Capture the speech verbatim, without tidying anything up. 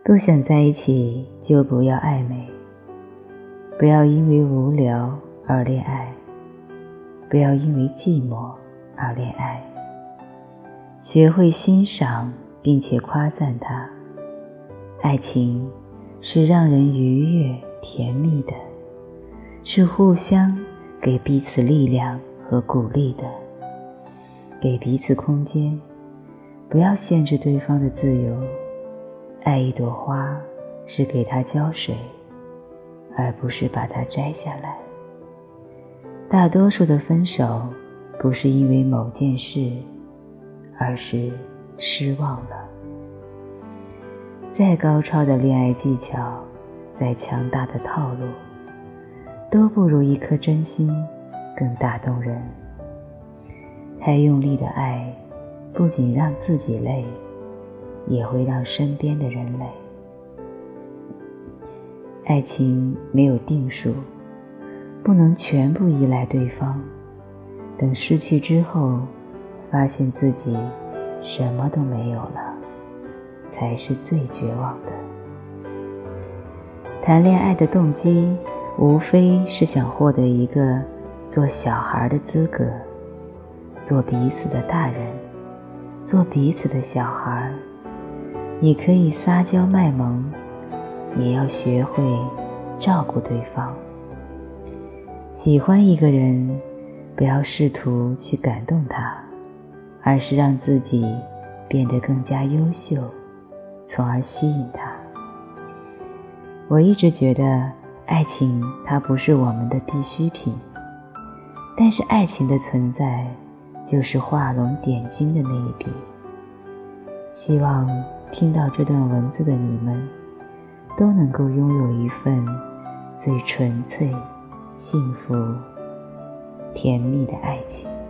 不想在一起就不要暧昧，不要因为无聊而恋爱，不要因为寂寞而恋爱。学会欣赏并且夸赞它。爱情是让人愉悦甜蜜的，是互相给彼此力量和鼓励的，给彼此空间，不要限制对方的自由。爱一朵花是给它浇水，而不是把它摘下来。大多数的分手不是因为某件事，而是失望了。再高超的恋爱技巧，再强大的套路，都不如一颗真心更打动人。太用力的爱，不仅让自己累，也会让身边的人累。爱情没有定数，不能全部依赖对方，等失去之后，发现自己什么都没有了，才是最绝望的。谈恋爱的动机，无非是想获得一个做小孩的资格，做彼此的大人，做彼此的小孩。你可以撒娇卖萌，也要学会照顾对方。喜欢一个人，不要试图去感动他，而是让自己变得更加优秀，从而吸引他。我一直觉得爱情它不是我们的必需品，但是爱情的存在就是画龙点睛的那一笔。希望听到这段文字的你们都能够拥有一份最纯粹、幸福、甜蜜的爱情。